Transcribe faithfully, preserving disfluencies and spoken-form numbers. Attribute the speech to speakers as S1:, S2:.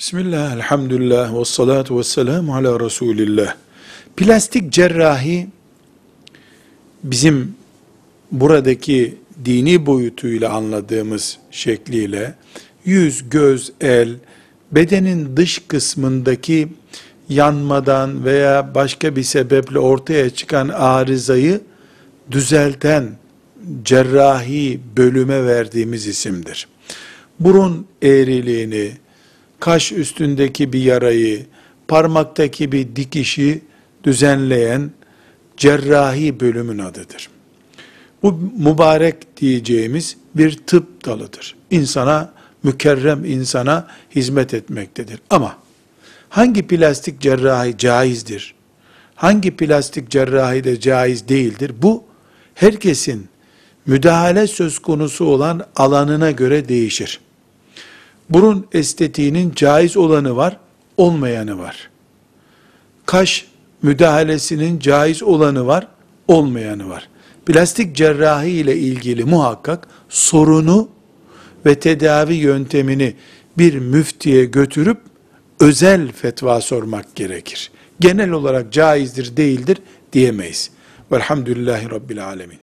S1: Bismillah, elhamdülillah, ve salatu ve selamu ala Resulillah. Plastik cerrahi, bizim buradaki dini boyutuyla anladığımız şekliyle, yüz, göz, el, bedenin dış kısmındaki yanmadan veya başka bir sebeple ortaya çıkan arızayı düzelten cerrahi bölüme verdiğimiz isimdir. Burun eğriliğini, kaş üstündeki bir yarayı, parmaktaki bir dikişi düzenleyen cerrahi bölümün adıdır. Bu mübarek diyeceğimiz bir tıp dalıdır. İnsana, mükerrem insana hizmet etmektedir. Ama hangi plastik cerrahi caizdir? Hangi plastik cerrahi de caiz değildir? Bu herkesin müdahale söz konusu olan alanına göre değişir. Burun estetiğinin caiz olanı var, olmayanı var. Kaş müdahalesinin caiz olanı var, olmayanı var. Plastik cerrahi ile ilgili muhakkak sorunu ve tedavi yöntemini bir müftiye götürüp özel fetva sormak gerekir. Genel olarak caizdir, değildir diyemeyiz. Velhamdülillahi Rabbil Alemin.